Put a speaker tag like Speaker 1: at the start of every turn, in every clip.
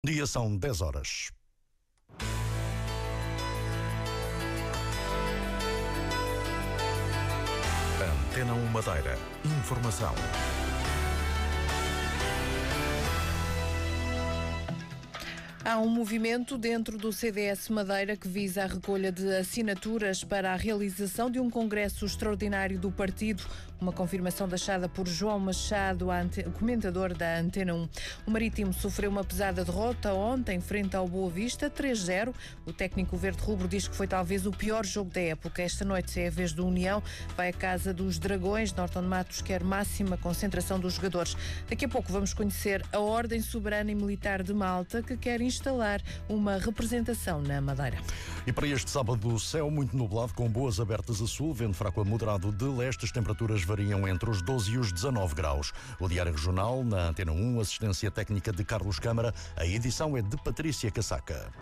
Speaker 1: Dia são 10 horas. Antena 1 Madeira. Informação.
Speaker 2: Há um movimento dentro do CDS Madeira que visa a recolha de assinaturas para a realização de um congresso extraordinário do partido. Uma confirmação deixada por João Machado, comentador da Antena 1. O Marítimo sofreu uma pesada derrota ontem frente ao Boa Vista, 3-0. O técnico verde-rubro diz que foi talvez o pior jogo da época. Esta noite é a vez do União. Vai à casa dos Dragões. Norton de Matos quer máxima concentração dos jogadores. Daqui a pouco vamos conhecer a Ordem Soberana e Militar de Malta, que quer instalar uma representação na Madeira.
Speaker 1: E para este sábado, céu muito nublado, com boas abertas a sul, vento fraco a moderado de leste, as temperaturas variam entre os 12 e os 19 graus. O Diário Regional, na Antena 1, assistência técnica de Carlos Câmara, a edição é de Patrícia Casaca.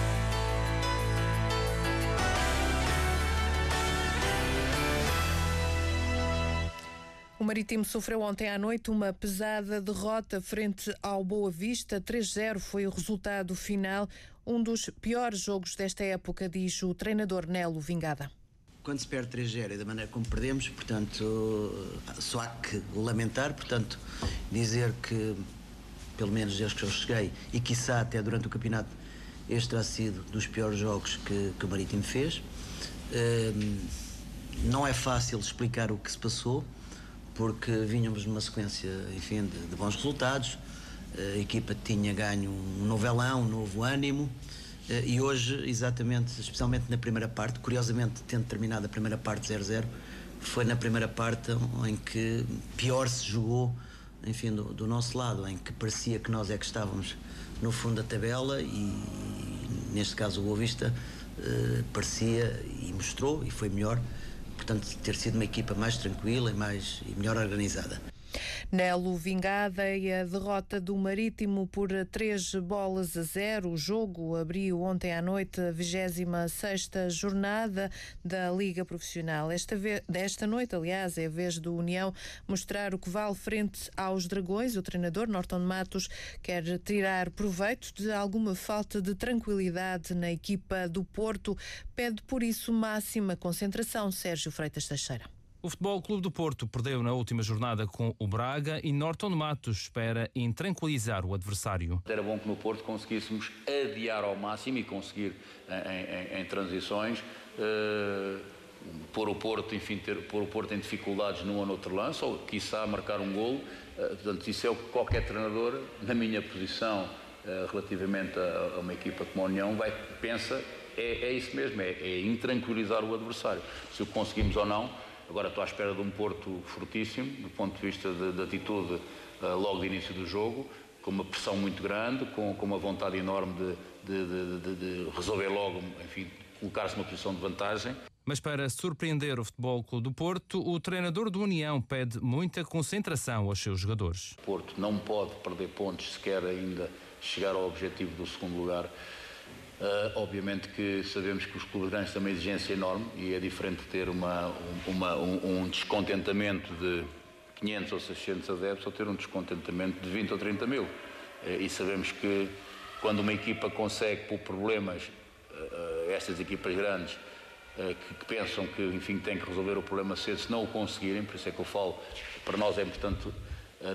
Speaker 2: O Marítimo sofreu ontem à noite uma pesada derrota frente ao Boa Vista. 3-0 foi o resultado final. Um dos piores jogos desta época, diz o treinador Nelo Vingada.
Speaker 3: Quando se perde 3-0 e da maneira como perdemos, portanto, só há que lamentar, portanto, dizer que, pelo menos desde que eu cheguei, e quiçá até durante o campeonato, este terá sido dos piores jogos que o Marítimo fez. Não é fácil explicar o que se passou, porque vínhamos numa sequência, enfim, de bons resultados. A equipa tinha ganho um novo elão, um novo ânimo, e hoje, exatamente, especialmente na primeira parte, curiosamente, tendo terminado a primeira parte 0-0, foi na primeira parte em que pior se jogou, enfim, do nosso lado, em que parecia que nós é que estávamos no fundo da tabela e neste caso o Boa Vista parecia e mostrou, e foi melhor, portanto, ter sido uma equipa mais tranquila e melhor organizada.
Speaker 2: Nelo Vingada e a derrota do Marítimo por 3-0. O jogo abriu ontem à noite a 26ª jornada da Liga Profissional. Desta noite, aliás, é a vez do União mostrar o que vale frente aos Dragões. O treinador Norton de Matos quer tirar proveito de alguma falta de tranquilidade na equipa do Porto. Pede, por isso, máxima concentração. Sérgio Freitas Teixeira.
Speaker 4: O Futebol Clube do Porto perdeu na última jornada com o Braga e Norton de Matos espera intranquilizar o adversário.
Speaker 5: Era bom que no Porto conseguíssemos adiar ao máximo e conseguir em transições pôr o Porto em dificuldades num ou noutro lance, ou quiçá marcar um golo. Portanto, isso é o que qualquer treinador, na minha posição, relativamente a uma equipa como a União, pensa, é isso mesmo, é intranquilizar o adversário. Se o conseguimos ou não. Agora estou à espera de um Porto fortíssimo, do ponto de vista de atitude logo de início do jogo, com uma pressão muito grande, com uma vontade enorme de resolver logo, enfim, colocar-se numa posição de vantagem.
Speaker 4: Mas para surpreender o Futebol Clube do Porto, o treinador do União pede muita concentração aos seus jogadores.
Speaker 5: O Porto não pode perder pontos se quer ainda chegar ao objetivo do segundo lugar. Obviamente que sabemos que os clubes grandes têm uma exigência enorme e é diferente ter um descontentamento de 500 ou 600 adeptos ou ter um descontentamento de 20 ou 30 mil. E sabemos que quando uma equipa consegue pôr problemas, estas equipas grandes que pensam que, enfim, têm que resolver o problema cedo, se não o conseguirem, por isso é que eu falo, para nós é importante a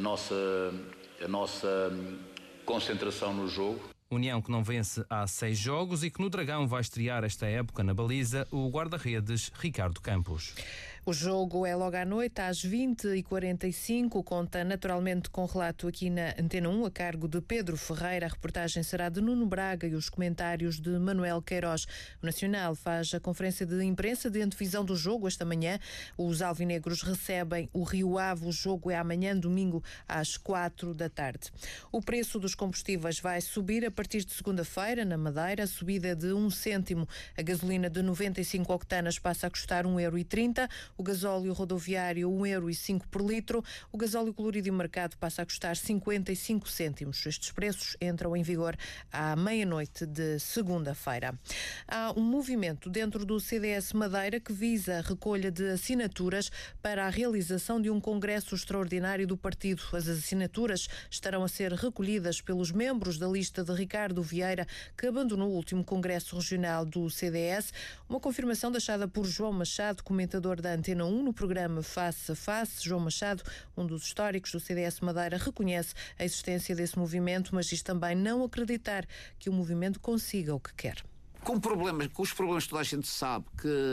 Speaker 5: nossa concentração no jogo.
Speaker 4: União que não vence há 6 jogos e que no Dragão vai estrear esta época na baliza o guarda-redes Ricardo Campos.
Speaker 2: O jogo é logo à noite, às 20h45, conta naturalmente com relato aqui na Antena 1, a cargo de Pedro Ferreira. A reportagem será de Nuno Braga e os comentários de Manuel Queiroz. O Nacional faz a conferência de imprensa de antevisão do jogo esta manhã. Os alvinegros recebem o Rio Ave. O jogo é amanhã, domingo, às 4h. O preço dos combustíveis vai subir a partir de segunda-feira, na Madeira, a subida de 1 cêntimo. A gasolina de 95 octanas passa a custar 1,30 €. o gasóleo rodoviário €1,05 por litro, o gasóleo colorido e marcado passa a custar 55 cêntimos. Estes preços entram em vigor à meia-noite de segunda-feira. Há um movimento dentro do CDS Madeira que visa a recolha de assinaturas para a realização de um congresso extraordinário do partido. As assinaturas estarão a ser recolhidas pelos membros da lista de Ricardo Vieira, que abandonou o último congresso regional do CDS. Uma confirmação deixada por João Machado, comentador da Antena 1 no programa Face a Face. João Machado, um dos históricos do CDS Madeira, reconhece a existência desse movimento, mas diz também não acreditar que o movimento consiga o que quer.
Speaker 6: Com os problemas que toda a gente sabe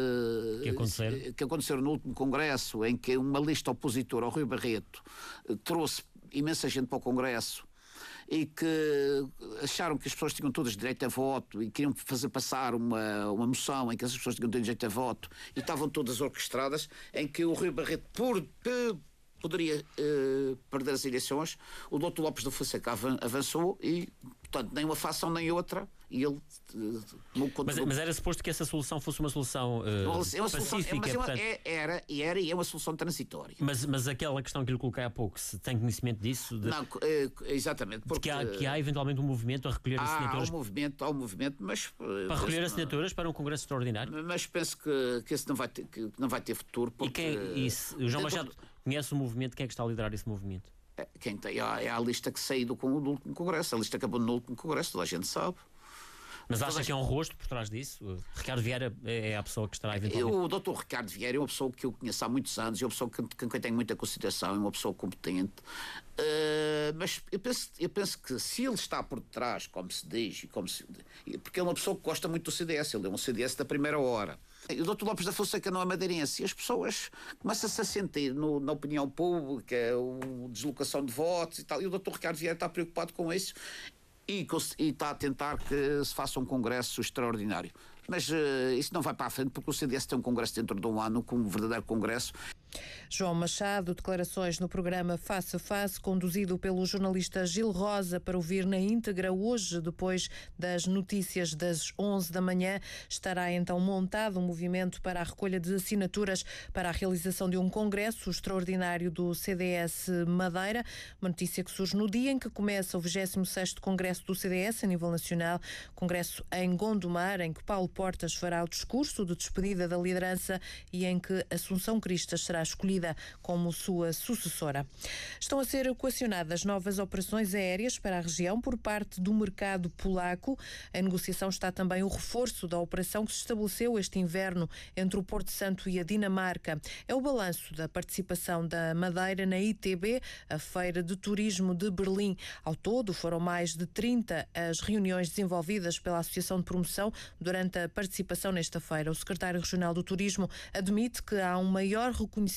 Speaker 6: que aconteceram no último congresso, em que uma lista opositora ao Rui Barreto trouxe imensa gente para o congresso e que acharam que as pessoas tinham todas direito a voto e queriam fazer passar uma moção em que as pessoas tinham direito a voto e estavam todas orquestradas, em que o Rui Barreto poderia perder as eleições. O Dr. Lopes da Fonseca avançou e, portanto, nem uma fação nem outra, e ele
Speaker 7: mas era suposto que essa solução fosse uma solução pacífica.
Speaker 6: Era e é uma solução transitória.
Speaker 7: Mas aquela questão que lhe coloquei há pouco, se tem conhecimento disso?
Speaker 6: Não, exatamente.
Speaker 7: Porque que há eventualmente um movimento a recolher assinaturas?
Speaker 6: Há um movimento, mas...
Speaker 7: Para recolher assinaturas para um congresso extraordinário?
Speaker 6: Mas penso que esse não vai ter futuro. Porque,
Speaker 7: o João Machado conhece o movimento, quem é que está a liderar esse movimento?
Speaker 6: É a lista que saiu do último congresso, a lista que abandonou o último congresso, toda a gente sabe.
Speaker 7: Mas acha que é um rosto por trás disso? Ricardo Vieira é a pessoa que estará eventualmente...
Speaker 6: O Dr. Ricardo Vieira é uma pessoa que eu conheço há muitos anos, é uma pessoa com quem tenho muita consideração, é uma pessoa competente, mas eu penso que se ele está por trás, como se diz, porque é uma pessoa que gosta muito do CDS, ele é um CDS da primeira hora. O Dr. Lopes da Fonseca não é madeirense e as pessoas começam-se a sentir na opinião pública, a deslocação de votos e tal, e o Dr. Ricardo Vieira está preocupado com isso e está a tentar que se faça um congresso extraordinário. Mas isso não vai para a frente porque o CDS tem um congresso dentro de um ano, com um verdadeiro congresso.
Speaker 2: João Machado, declarações no programa Face a Face, conduzido pelo jornalista Gil Rosa, para ouvir na íntegra hoje, depois das notícias das 11 da manhã. Estará então montado um movimento para a recolha de assinaturas para a realização de um congresso extraordinário do CDS Madeira. Uma notícia que surge no dia em que começa o 26º Congresso do CDS a nível nacional, congresso em Gondomar, em que Paulo Portas fará o discurso de despedida da liderança e em que Assunção Cristas será escolhida como sua sucessora. Estão a ser equacionadas novas operações aéreas para a região por parte do mercado polaco. Em negociação está também o reforço da operação que se estabeleceu este inverno entre o Porto Santo e a Dinamarca. É o balanço da participação da Madeira na ITB, a Feira de Turismo de Berlim. Ao todo, foram mais de 30 as reuniões desenvolvidas pela Associação de Promoção durante a participação nesta feira. O secretário regional do Turismo admite que há um maior reconhecimento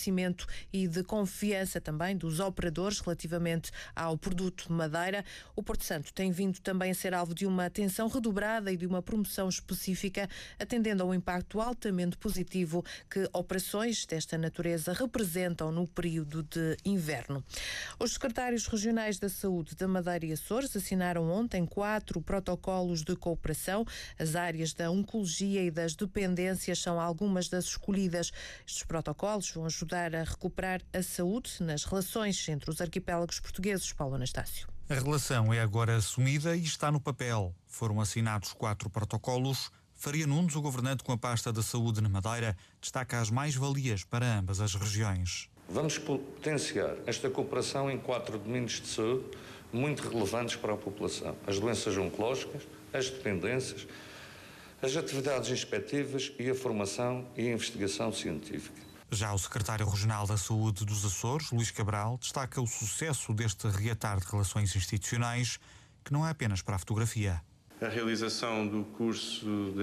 Speaker 2: e de confiança também dos operadores relativamente ao produto Madeira. O Porto Santo tem vindo também a ser alvo de uma atenção redobrada e de uma promoção específica, atendendo ao impacto altamente positivo que operações desta natureza representam no período de inverno. Os secretários regionais da Saúde da Madeira e Açores assinaram ontem 4 protocolos de cooperação. As áreas da oncologia e das dependências são algumas das escolhidas. Estes protocolos vão ajudar a recuperar a saúde nas relações entre os arquipélagos portugueses. Paulo Anastácio.
Speaker 8: A relação é agora assumida e está no papel. Foram assinados 4 protocolos. Faria Nunes, o governante com a pasta da saúde na Madeira, destaca as mais-valias para ambas as regiões.
Speaker 9: Vamos potenciar esta cooperação em 4 domínios de saúde muito relevantes para a população: as doenças oncológicas, as dependências, as atividades inspectivas e a formação e a investigação científica.
Speaker 8: Já o secretário regional da Saúde dos Açores, Luís Cabral, destaca o sucesso deste reatar de relações institucionais, que não é apenas para a fotografia.
Speaker 10: A realização do curso do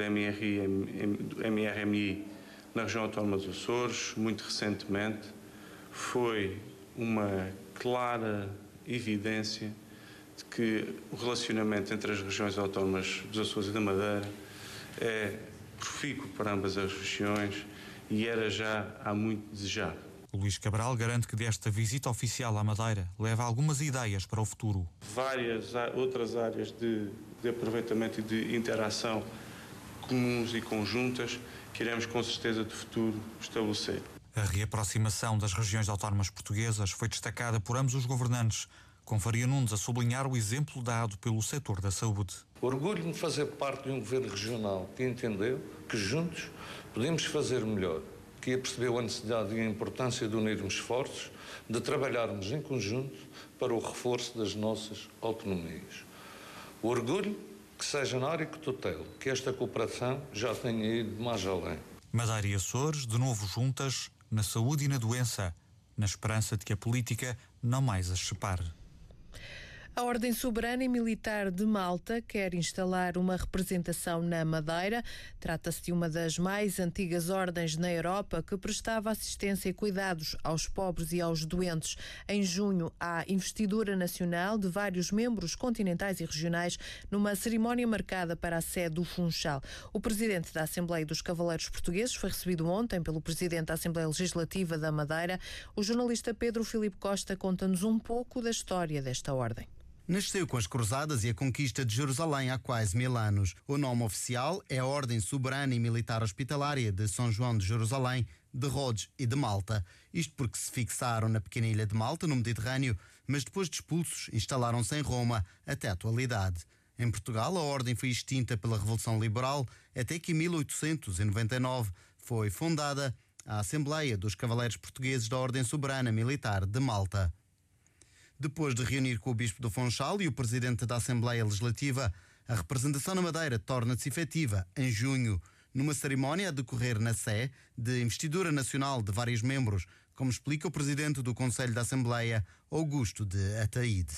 Speaker 10: MRMI na região autónoma dos Açores, muito recentemente, foi uma clara evidência de que o relacionamento entre as regiões autónomas dos Açores e da Madeira é profícuo para ambas as regiões e era já há muito desejado.
Speaker 8: O Luís Cabral garante que desta visita oficial à Madeira leva algumas ideias para o futuro.
Speaker 10: Várias outras áreas de aproveitamento e de interação comuns e conjuntas que iremos com certeza de futuro estabelecer.
Speaker 8: A reaproximação das regiões autónomas portuguesas foi destacada por ambos os governantes, com Faria Nunes a sublinhar o exemplo dado pelo setor da saúde.
Speaker 9: Orgulho-me de fazer parte de um governo regional que entendeu que juntos podemos fazer melhor, que percebeu a necessidade e a importância de unirmos esforços, de trabalharmos em conjunto para o reforço das nossas autonomias. O orgulho que seja na área que tutelo, que esta cooperação já tenha ido mais além.
Speaker 8: Madeira e Açores, de novo juntas, na saúde e na doença, na esperança de que a política não mais as separe.
Speaker 2: A Ordem Soberana e Militar de Malta quer instalar uma representação na Madeira. Trata-se de uma das mais antigas ordens na Europa que prestava assistência e cuidados aos pobres e aos doentes. Em junho, há investidura nacional de vários membros continentais e regionais numa cerimónia marcada para a sede do Funchal. O presidente da Assembleia dos Cavaleiros Portugueses foi recebido ontem pelo presidente da Assembleia Legislativa da Madeira. O jornalista Pedro Filipe Costa conta-nos um pouco da história desta ordem.
Speaker 11: Nasceu com as Cruzadas e a conquista de Jerusalém há quase 1000 anos. O nome oficial é a Ordem Soberana e Militar Hospitalária de São João de Jerusalém, de Rhodes e de Malta. Isto porque se fixaram na pequena ilha de Malta, no Mediterrâneo, mas depois de expulsos, instalaram-se em Roma até a atualidade. Em Portugal, a Ordem foi extinta pela Revolução Liberal, até que em 1899 foi fundada a Assembleia dos Cavaleiros Portugueses da Ordem Soberana Militar de Malta. Depois de reunir com o Bispo do Funchal e o Presidente da Assembleia Legislativa, a representação na Madeira torna-se efetiva em junho, numa cerimónia a decorrer na Sé de investidura nacional de vários membros, como explica o Presidente do Conselho da Assembleia, Augusto de Ataíde.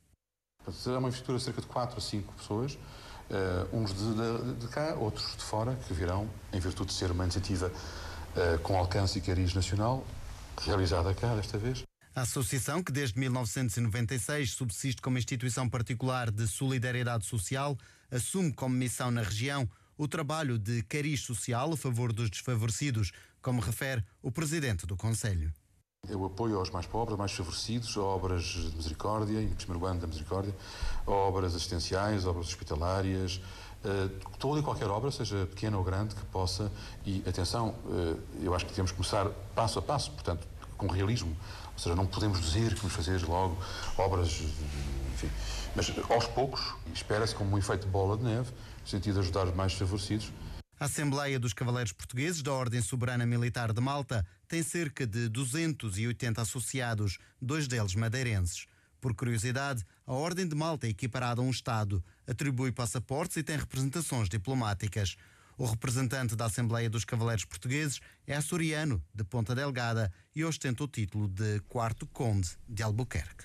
Speaker 12: Será uma investidura de cerca de 4 a 5 pessoas, uns de cá, outros de fora, que virão, em virtude de ser uma iniciativa com alcance e cariz nacional, realizada cá desta vez.
Speaker 11: A associação, que desde 1996 subsiste como instituição particular de solidariedade social, assume como missão na região o trabalho de cariz social a favor dos desfavorecidos, como refere o Presidente do Conselho.
Speaker 12: É o apoio aos mais pobres, mais desfavorecidos, a obras de misericórdia, em primeiro ano da misericórdia, a obras assistenciais, obras hospitalárias, toda e qualquer obra, seja pequena ou grande, que possa, e atenção, eu acho que temos que começar passo a passo, portanto, com realismo. Ou seja, não podemos dizer que vamos fazer logo obras, enfim. Mas aos poucos, espera-se como um efeito de bola de neve, no sentido de ajudar os mais desfavorecidos.
Speaker 11: A Assembleia dos Cavaleiros Portugueses da Ordem Soberana Militar de Malta tem cerca de 280 associados, 2 deles madeirenses. Por curiosidade, a Ordem de Malta é equiparada a um Estado, atribui passaportes e tem representações diplomáticas. O representante da Assembleia dos Cavaleiros Portugueses é açoriano, de Ponta Delgada, e ostenta o título de 4º Conde de Albuquerque.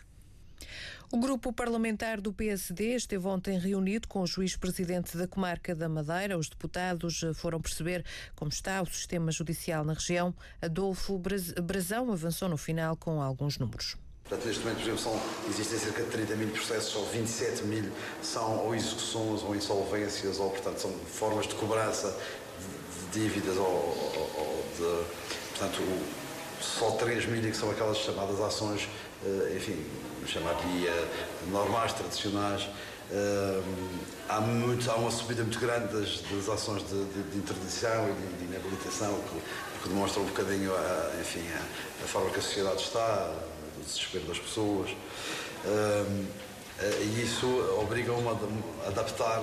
Speaker 2: O grupo parlamentar do PSD esteve ontem reunido com o juiz-presidente da comarca da Madeira. Os deputados foram perceber como está o sistema judicial na região. Adolfo Brazão avançou no final com alguns números.
Speaker 13: Portanto, neste momento, por exemplo, existem cerca de 30 mil processos, ou 27 mil são ou execuções ou insolvências, ou, portanto, são formas de cobrança de dívidas, portanto, só 3 mil que são aquelas chamadas ações, enfim, chamar-lhe normais, tradicionais. Há uma subida muito grande das ações de interdição e de inabilitação, que demonstra um bocadinho, enfim, a forma que a sociedade está, o desespero das pessoas, e isso obriga-me a adaptar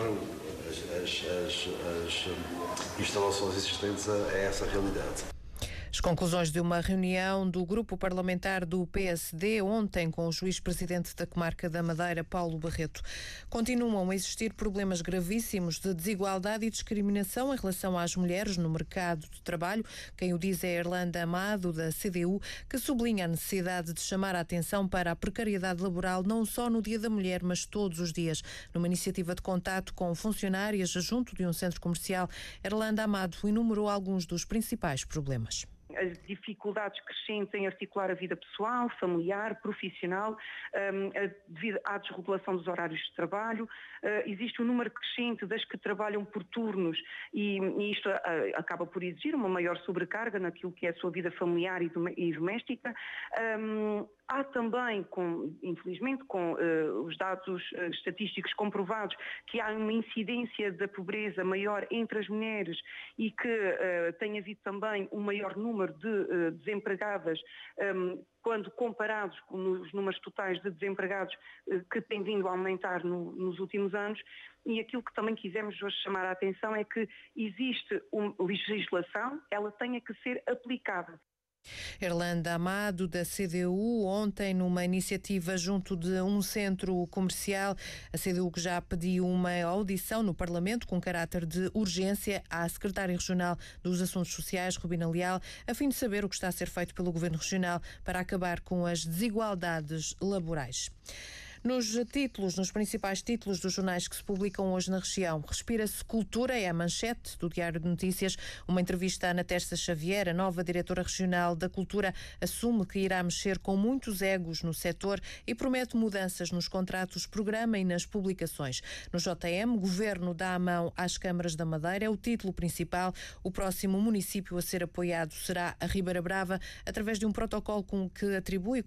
Speaker 13: as instalações existentes a essa realidade.
Speaker 2: As conclusões de uma reunião do grupo parlamentar do PSD ontem com o juiz-presidente da comarca da Madeira, Paulo Barreto. Continuam a existir problemas gravíssimos de desigualdade e discriminação em relação às mulheres no mercado de trabalho. Quem o diz é Irlanda Amado, da CDU, que sublinha a necessidade de chamar a atenção para a precariedade laboral não só no Dia da Mulher, mas todos os dias. Numa iniciativa de contato com funcionárias junto de um centro comercial, Irlanda Amado enumerou alguns dos principais problemas.
Speaker 14: As dificuldades crescentes em articular a vida pessoal, familiar, profissional, devido à desregulação dos horários de trabalho. Existe um número crescente das que trabalham por turnos e isto acaba por exigir uma maior sobrecarga naquilo que é a sua vida familiar e doméstica. Há também, infelizmente, com os dados estatísticos comprovados, que há uma incidência da pobreza maior entre as mulheres e que tem havido também um maior número de desempregadas quando comparados com os números totais de desempregados que têm vindo a aumentar nos últimos anos. E aquilo que também quisemos hoje chamar a atenção é que existe uma legislação, ela tenha que ser aplicada.
Speaker 2: Erlanda Amado, da CDU, ontem numa iniciativa junto de um centro comercial, a CDU que já pediu uma audição no Parlamento com caráter de urgência à Secretária Regional dos Assuntos Sociais, Rubina Leal, a fim de saber o que está a ser feito pelo Governo Regional para acabar com as desigualdades laborais. Nos principais títulos dos jornais que se publicam hoje na região, respira-se cultura, é a manchete do Diário de Notícias. Uma entrevista a Ana Terça Xavier, a nova diretora regional da Cultura, assume que irá mexer com muitos egos no setor e promete mudanças nos contratos programa e nas publicações. No JM, Governo dá a mão às câmaras da Madeira, é o título principal. O próximo município a ser apoiado será a Ribeira Brava, através de um protocolo com que atribui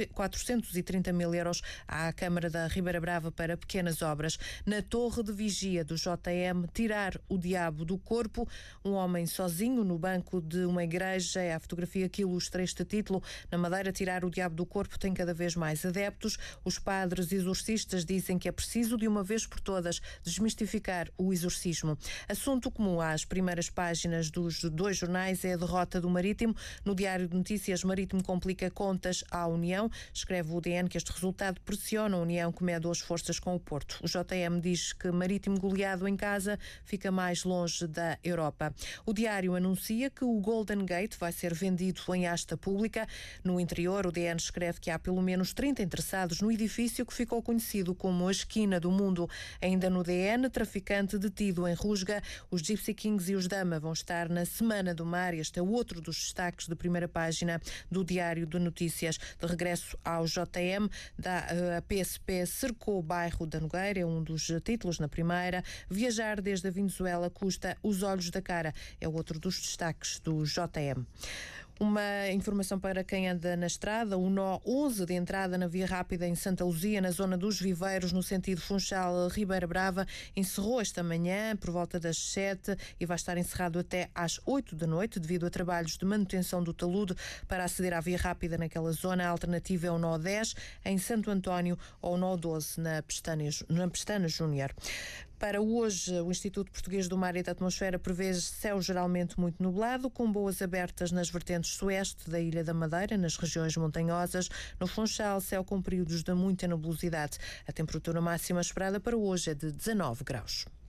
Speaker 2: 430 mil euros à Câmara da Ribeira Brava para pequenas obras. Na torre de vigia do JM, tirar o diabo do corpo. Um homem sozinho no banco de uma igreja é a fotografia que ilustra este título. Na Madeira, tirar o diabo do corpo tem cada vez mais adeptos. Os padres exorcistas dizem que é preciso, de uma vez por todas, desmistificar o exorcismo. Assunto comum às primeiras páginas dos dois jornais é a derrota do Marítimo. No Diário de Notícias, Marítimo complica contas à União. Escreve o DN que este resultado pressiona a União, que mede as forças com o Porto. O JM diz que Marítimo goleado em casa fica mais longe da Europa. O Diário anuncia que o Golden Gate vai ser vendido em asta pública. No interior, o DN escreve que há pelo menos 30 interessados no edifício que ficou conhecido como a esquina do mundo. Ainda no DN, traficante detido em Rusga. Os Gypsy Kings e os Dama vão estar na Semana do Mar. Este é outro dos destaques de primeira página do Diário de Notícias. De regresso ao JM, a PSP cercou o bairro da Nogueira, é um dos títulos na primeira. Viajar desde a Venezuela custa os olhos da cara, é outro dos destaques do JM. Uma informação para quem anda na estrada: o nó 11 de entrada na via rápida em Santa Luzia, na zona dos Viveiros, no sentido Funchal-Ribeira Brava, encerrou esta manhã por volta das 7 e vai estar encerrado até às 8 da noite devido a trabalhos de manutenção do talude. Para aceder à via rápida naquela zona, a alternativa é o nó 10 em Santo António ou o nó 12 na Pestana Júnior. Para hoje, o Instituto Português do Mar e da Atmosfera prevê céu geralmente muito nublado, com boas abertas nas vertentes sueste da Ilha da Madeira, nas regiões montanhosas. No Funchal, céu com períodos de muita nebulosidade. A temperatura máxima esperada para hoje é de 19 graus.